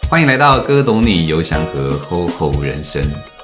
欢迎来到哥懂你游祥和 HoHo 人生。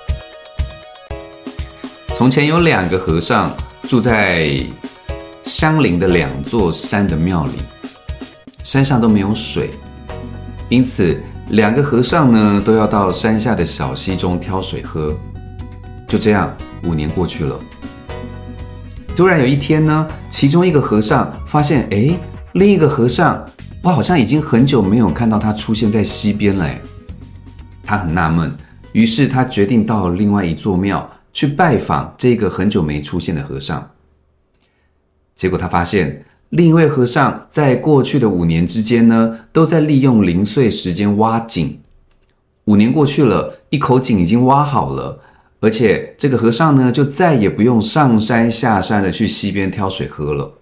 从前有2个和尚住在相邻的2座山的庙里，山上都没有水，因此2个和尚呢都要到山下的小溪中挑水喝。就这样5年过去了。突然有一天呢，其中一个和尚发现，另一个和尚我好像已经很久没有看到他出现在溪边了。他很纳闷，于是他决定到另外一座庙去拜访这个很久没出现的和尚。结果他发现另一位和尚在过去的5年之间呢，都在利用零碎时间挖井。5年过去了，一口井已经挖好了，而且这个和尚呢，就再也不用上山下山的去溪边挑水喝了。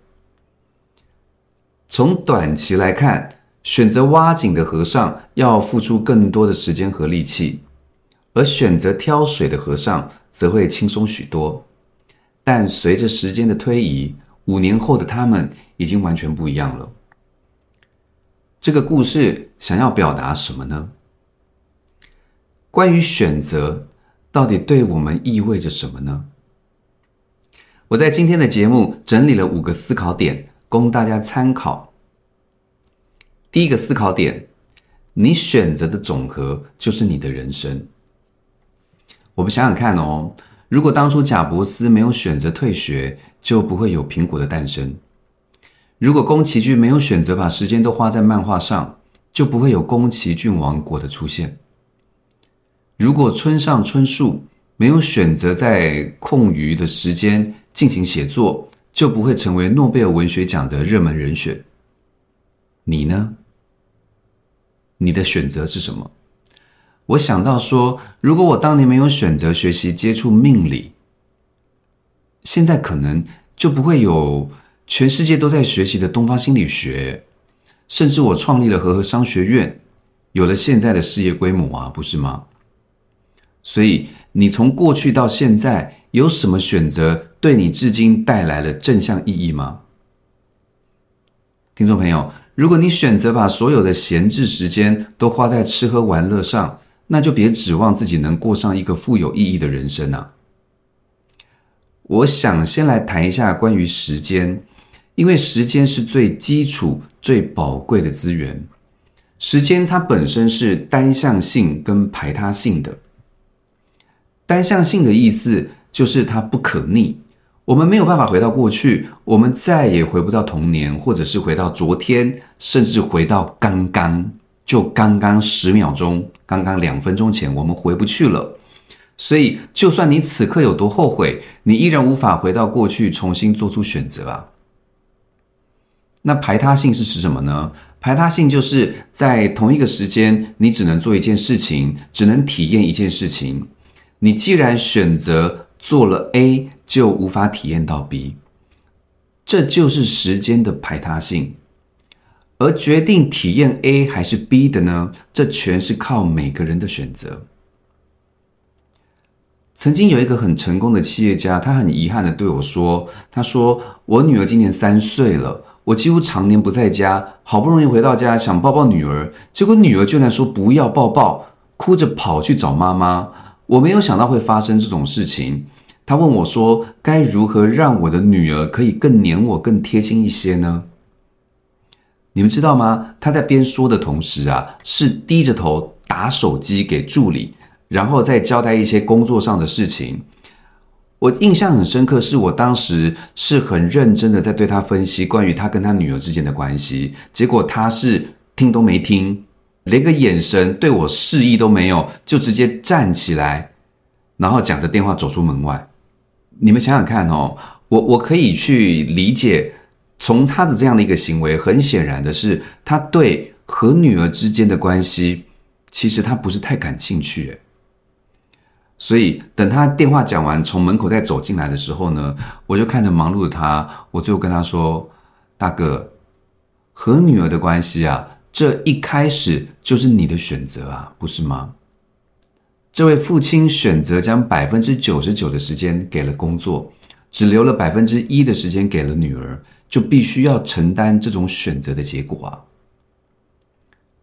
从短期来看，选择挖井的和尚要付出更多的时间和力气，而选择挑水的和尚则会轻松许多。但随着时间的推移，5年后的他们已经完全不一样了。这个故事想要表达什么呢？关于选择，到底对我们意味着什么呢？我在今天的节目整理了5个思考点，供大家参考。第一个思考点，你选择的总和就是你的人生。我们想想看哦，如果当初贾伯斯没有选择退学，就不会有苹果的诞生；如果宫崎骏没有选择把时间都花在漫画上，就不会有宫崎骏王国的出现；如果村上春树没有选择在空余的时间进行写作，就不会成为诺贝尔文学奖的热门人选。你呢？你的选择是什么？我想到说，如果我当年没有选择学习接触命理，现在可能就不会有全世界都在学习的东方心理学，甚至我创立了和合商学院，有了现在的事业规模啊，不是吗？所以你从过去到现在有什么选择对你至今带来了正向意义吗？听众朋友，如果你选择把所有的闲置时间都花在吃喝玩乐上，那就别指望自己能过上一个富有意义的人生啊。我想先来谈一下关于时间，因为时间是最基础最宝贵的资源。时间它本身是单向性跟排他性的。单向性的意思就是它不可逆，我们没有办法回到过去，我们再也回不到童年，或者是回到昨天，甚至回到刚刚10秒钟，刚刚2分钟前，我们回不去了。所以就算你此刻有多后悔，你依然无法回到过去重新做出选择啊。那排他性是指什么呢？排他性就是在同一个时间，你只能做一件事情，只能体验一件事情。你既然选择做了 A， 就无法体验到 B， 这就是时间的排他性。而决定体验 A 还是 B 的呢，这全是靠每个人的选择。曾经有一个很成功的企业家，他很遗憾地对我说，他说我女儿今年3岁了，我几乎常年不在家，好不容易回到家想抱抱女儿，结果女儿居然说不要抱抱，哭着跑去找妈妈。我没有想到会发生这种事情。他问我说，该如何让我的女儿可以更黏我更贴心一些呢？你们知道吗？他在边说的同时啊，是低着头打手机给助理，然后再交代一些工作上的事情。我印象很深刻，是我当时是很认真的在对他分析关于他跟他女儿之间的关系，结果他是听都没听，连个眼神对我示意都没有，就直接站起来，然后讲着电话走出门外。你们想想看哦，我可以去理解，从他的这样的一个行为，很显然的是，他对和女儿之间的关系，其实他不是太感兴趣。所以等他电话讲完，从门口再走进来的时候呢，我就看着忙碌的他，我最后跟他说，大哥，和女儿的关系啊，这一开始就是你的选择啊，不是吗？这位父亲选择将 99% 的时间给了工作，只留了 1% 的时间给了女儿，就必须要承担这种选择的结果啊。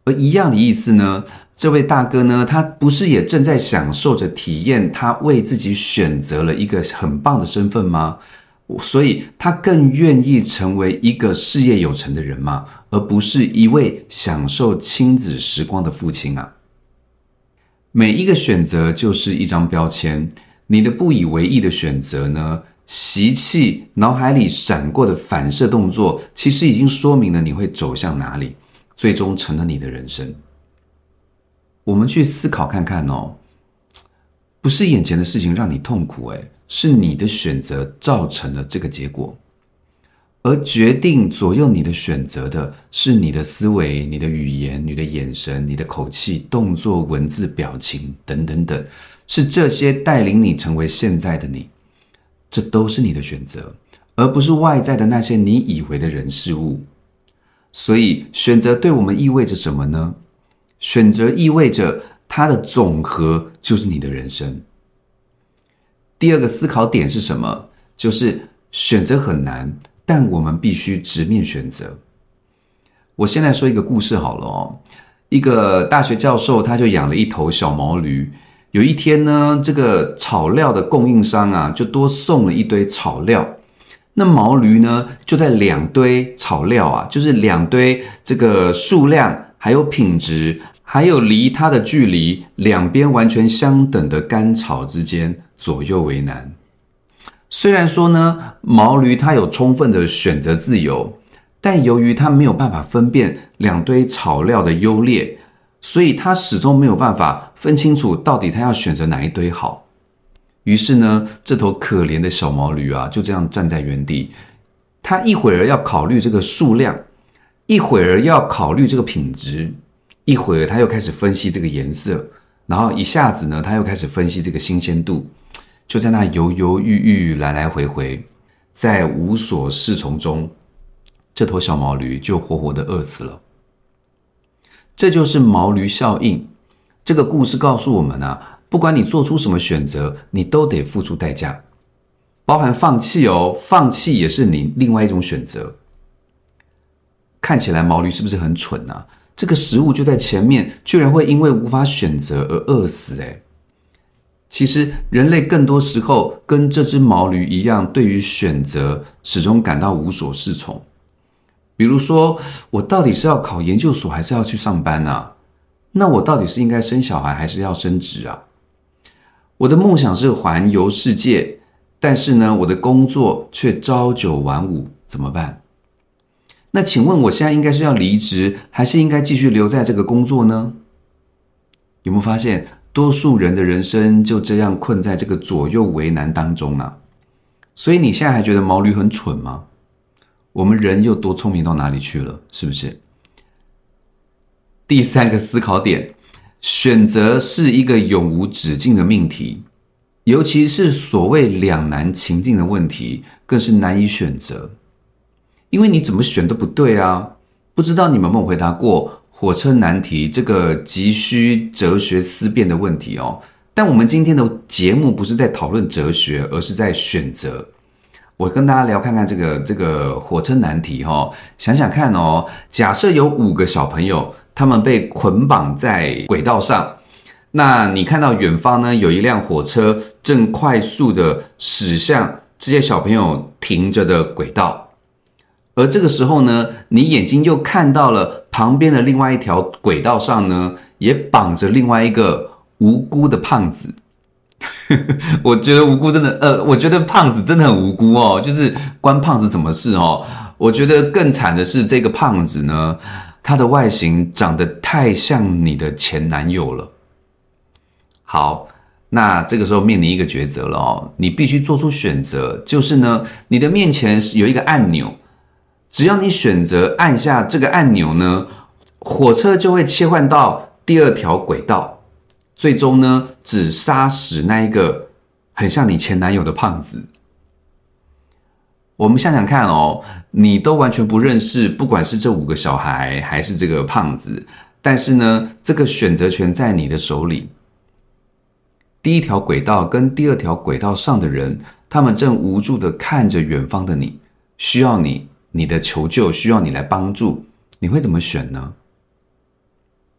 而一样的意思呢，这位大哥呢，他不是也正在享受着体验他为自己选择了一个很棒的身份吗？所以他更愿意成为一个事业有成的人嘛，而不是一位享受亲子时光的父亲啊。每一个选择就是一张标签，你的不以为意的选择呢，习气脑海里闪过的反射动作，其实已经说明了你会走向哪里，最终成了你的人生。我们去思考看看哦，不是眼前的事情让你痛苦，是你的选择造成了这个结果。而决定左右你的选择的是你的思维、你的语言、你的眼神、你的口气、动作、文字、表情等等等，是这些带领你成为现在的你。这都是你的选择，而不是外在的那些你以为的人事物。所以选择对我们意味着什么呢？选择意味着它的总和就是你的人生。第二个思考点是什么？就是选择很难，但我们必须直面选择。我先来说一个故事好了哦。一个大学教授他就养了一头小毛驴，有一天呢，这个草料的供应商啊，就多送了一堆草料。那毛驴呢，就在两堆草料啊，就是两堆这个数量，还有品质，还有离它的距离，两边完全相等的干草之间左右为难。虽然说呢，毛驴它有充分的选择自由，但由于它没有办法分辨两堆草料的优劣，所以它始终没有办法分清楚到底它要选择哪一堆好。于是呢，这头可怜的小毛驴啊，就这样站在原地。它一会儿要考虑这个数量，一会儿要考虑这个品质，一会儿它又开始分析这个颜色，然后一下子呢，它又开始分析这个新鲜度，就在那犹犹豫豫，来来回回，在无所适从中，这头小毛驴就活活的饿死了。这就是毛驴效应。这个故事告诉我们啊，不管你做出什么选择，你都得付出代价，包含放弃哦，放弃也是你另外一种选择。看起来毛驴是不是很蠢啊？这个食物就在前面，居然会因为无法选择而饿死其实人类更多时候跟这只毛驴一样，对于选择始终感到无所适从。比如说，我到底是要考研究所还是要去上班啊？那我到底是应该生小孩还是要升职啊？我的梦想是环游世界，但是呢，我的工作却朝九晚五，怎么办？那请问我现在应该是要离职，还是应该继续留在这个工作呢？有没有发现，多数人的人生就这样困在这个左右为难当中啊？所以你现在还觉得毛驴很蠢吗？我们人又多聪明到哪里去了，是不是？第三个思考点，选择是一个永无止境的命题，尤其是所谓两难情境的问题，更是难以选择。因为你怎么选都不对啊！不知道你们有没有回答过火车难题这个急需哲学思辨的问题哦？但我们今天的节目不是在讨论哲学，而是在选择。我跟大家聊看看这个火车难题哦。想想看哦，假设有5个小朋友，他们被捆绑在轨道上，那你看到远方呢，有一辆火车正快速的驶向这些小朋友停着的轨道。而这个时候呢，你眼睛又看到了旁边的另外一条轨道上呢，也绑着另外一个无辜的胖子。我觉得无辜真的，我觉得胖子真的很无辜哦，就是关胖子什么事哦？我觉得更惨的是这个胖子呢，他的外形长得太像你的前男友了。好，那这个时候面临一个抉择了哦，你必须做出选择，就是呢，你的面前有一个按钮。只要你选择按下这个按钮呢，火车就会切换到第2条轨道，最终呢，只杀死那一个很像你前男友的胖子。我们想想看哦，你都完全不认识，不管是这5个小孩还是这个胖子，但是呢，这个选择权在你的手里。第1条轨道跟第2条轨道上的人，他们正无助地看着远方的你，需要你的求救，需要你来帮助，你会怎么选呢？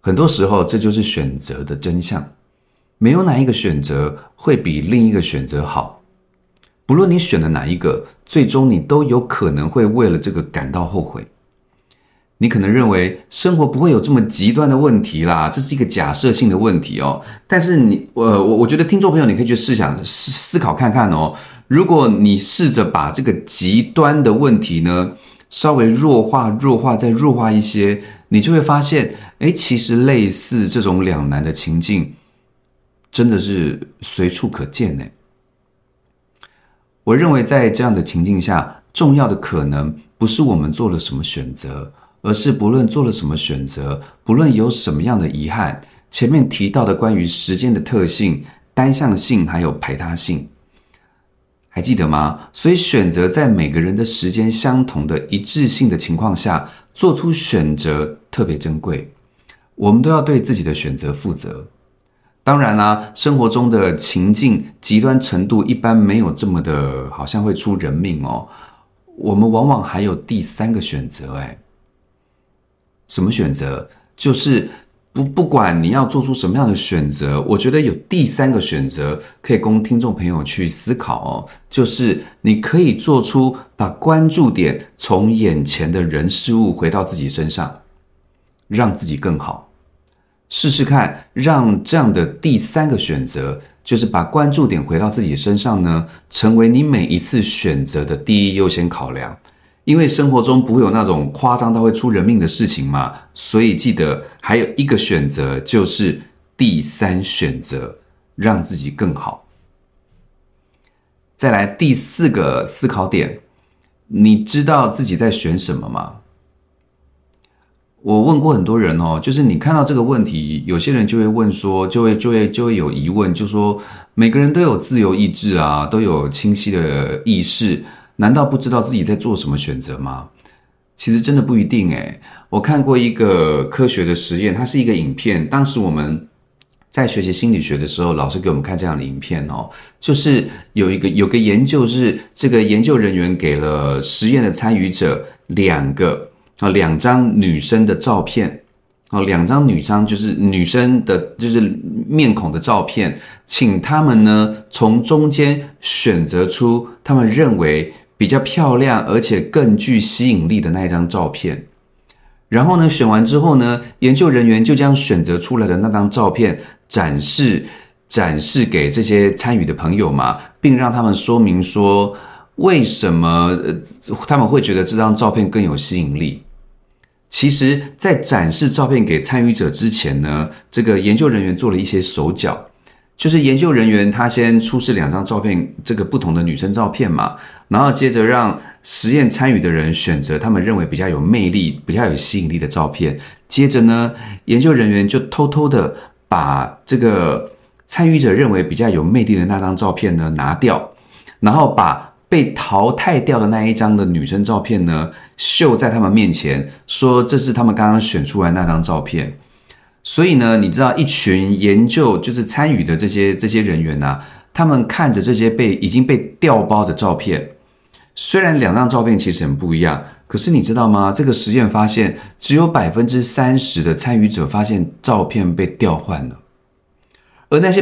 很多时候这就是选择的真相，没有哪一个选择会比另一个选择好。不论你选了哪一个，最终你都有可能会为了这个感到后悔。你可能认为生活不会有这么极端的问题啦，这是一个假设性的问题哦。但是我觉得听众朋友你可以去思考看看哦。如果你试着把这个极端的问题呢稍微弱化再弱化一些，你就会发现，其实类似这种两难的情境，真的是随处可见呢。我认为在这样的情境下，重要的可能不是我们做了什么选择，而是不论做了什么选择，不论有什么样的遗憾，前面提到的关于时间的特性、单向性还有排他性，还记得吗？所以选择在每个人的时间相同的一致性的情况下做出选择特别珍贵，我们都要对自己的选择负责。当然啦，生活中的情境极端程度一般没有这么的好像会出人命哦。我们往往还有第三个选择。什么选择？就是不管你要做出什么样的选择，我觉得有第三个选择可以供听众朋友去思考哦，就是你可以做出把关注点从眼前的人事物回到自己身上，让自己更好。试试看，让这样的第三个选择，就是把关注点回到自己身上呢，成为你每一次选择的第一优先考量。因为生活中不会有那种夸张到会出人命的事情嘛，所以记得还有一个选择，就是第三选择，让自己更好。再来第四个思考点，你知道自己在选什么吗？我问过很多人哦，就是你看到这个问题，有些人就会问说，就会有疑问，就说每个人都有自由意志啊，都有清晰的意识，难道不知道自己在做什么选择吗？其实真的不一定诶。我看过一个科学的实验，它是一个影片，当时我们在学习心理学的时候，老师给我们看这样的影片哦，就是有个研究是，这个研究人员给了实验的参与者两张女生的照片，两张就是女生的就是面孔的照片，请他们呢从中间选择出他们认为比较漂亮而且更具吸引力的那一张照片。然后呢，选完之后呢，研究人员就将选择出来的那张照片展示给这些参与的朋友嘛，并让他们说明说为什么他们会觉得这张照片更有吸引力。其实在展示照片给参与者之前呢，这个研究人员做了一些手脚，就是研究人员他先出示两张照片，这个不同的女生照片嘛，然后接着让实验参与的人选择他们认为比较有魅力、比较有吸引力的照片。接着呢，研究人员就偷偷的把这个参与者认为比较有魅力的那张照片呢拿掉，然后把被淘汰掉的那一张的女生照片呢秀在他们面前，说这是他们刚刚选出来那张照片。所以呢，你知道一群研究就是参与的这些人员啊，他们看着这些已经被调包的照片，虽然两张照片其实很不一样，可是你知道吗？这个实验发现只有 30% 的参与者发现照片被调换了。而那些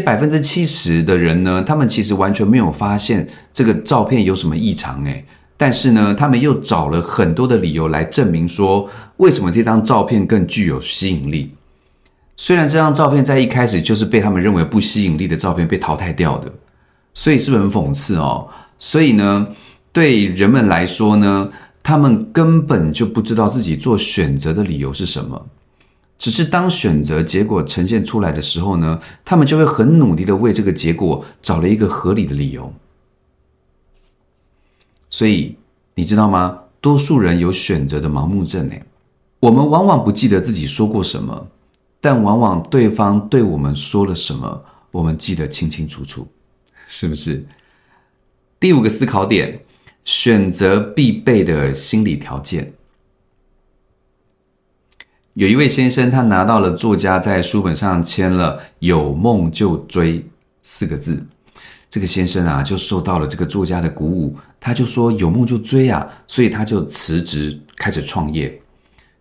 70% 的人呢，他们其实完全没有发现这个照片有什么异常但是呢，他们又找了很多的理由来证明说，为什么这张照片更具有吸引力。虽然这张照片在一开始就是被他们认为不吸引力的照片被淘汰掉的，所以是不是很讽刺哦？所以呢，对人们来说呢，他们根本就不知道自己做选择的理由是什么。只是当选择结果呈现出来的时候呢，他们就会很努力的为这个结果找了一个合理的理由。所以你知道吗？多数人有选择的盲目症我们往往不记得自己说过什么，但往往对方对我们说了什么，我们记得清清楚楚，是不是？第五个思考点，选择必备的心理条件。有一位先生，他拿到了作家在书本上签了有梦就追4个字。这个先生啊，就受到了这个作家的鼓舞，他就说有梦就追啊，所以他就辞职开始创业。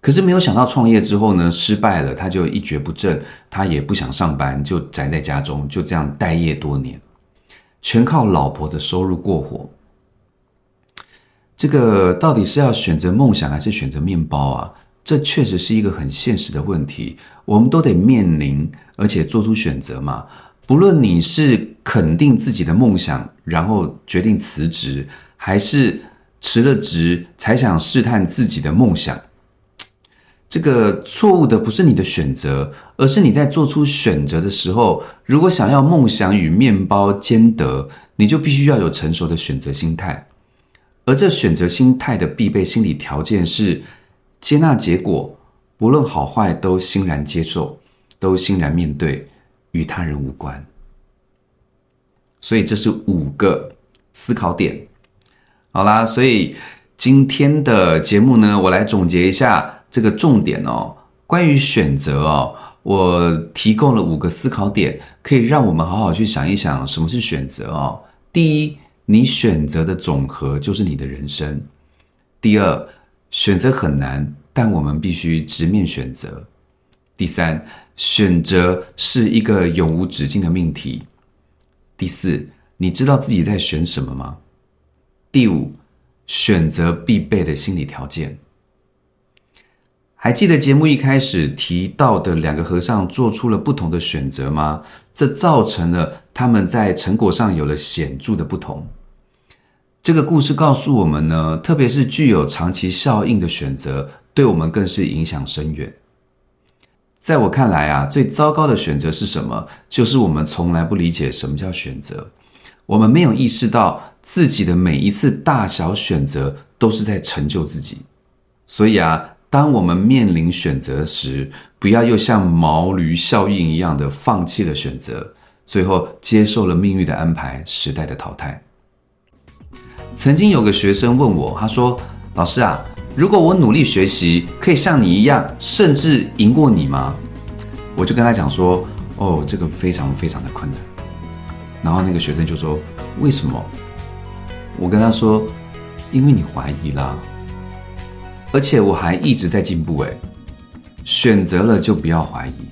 可是没有想到创业之后呢，失败了，他就一蹶不振，他也不想上班，就宅在家中，就这样待业多年，全靠老婆的收入过活。这个到底是要选择梦想还是选择面包啊？这确实是一个很现实的问题，我们都得面临，而且做出选择嘛。不论你是肯定自己的梦想，然后决定辞职，还是辞了职才想试探自己的梦想，这个错误的不是你的选择，而是你在做出选择的时候，如果想要梦想与面包兼得，你就必须要有成熟的选择心态。而这选择心态的必备心理条件是接纳结果，不论好坏都欣然接受，都欣然面对，与他人无关。所以这是5个思考点。好啦，所以今天的节目呢，我来总结一下这个重点哦。关于选择哦，我提供了5个思考点，可以让我们好好去想一想什么是选择哦。第一，你选择的总和就是你的人生。第二，选择很难，但我们必须直面选择。第三，选择是一个永无止境的命题。第四，你知道自己在选什么吗？第五，选择必备的心理条件。还记得节目一开始提到的2个和尚做出了不同的选择吗？这造成了他们在成果上有了显著的不同。这个故事告诉我们呢，特别是具有长期效应的选择，对我们更是影响深远。在我看来啊，最糟糕的选择是什么？就是我们从来不理解什么叫选择，我们没有意识到自己的每一次大小选择都是在成就自己。所以啊，当我们面临选择时，不要又像毛驴效应一样的放弃了选择，最后接受了命运的安排，时代的淘汰。曾经有个学生问我，他说：老师啊，如果我努力学习，可以像你一样，甚至赢过你吗？我就跟他讲说，哦，这个非常非常的困难。然后那个学生就说，为什么？我跟他说，因为你怀疑啦，而且我还一直在进步诶，选择了就不要怀疑。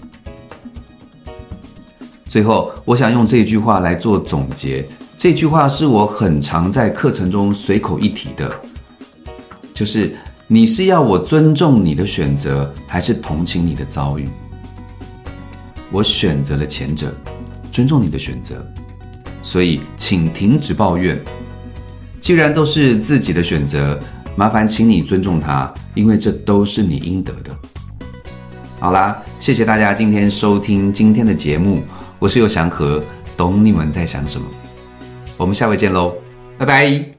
最后，我想用这句话来做总结。这句话是我很常在课程中随口一提的，就是你是要我尊重你的选择，还是同情你的遭遇？我选择了前者，尊重你的选择，所以请停止抱怨。既然都是自己的选择，麻烦请你尊重它，因为这都是你应得的。好啦，谢谢大家今天收听今天的节目，我是游祥和，懂你们在想什么。我们下回见喽，拜拜。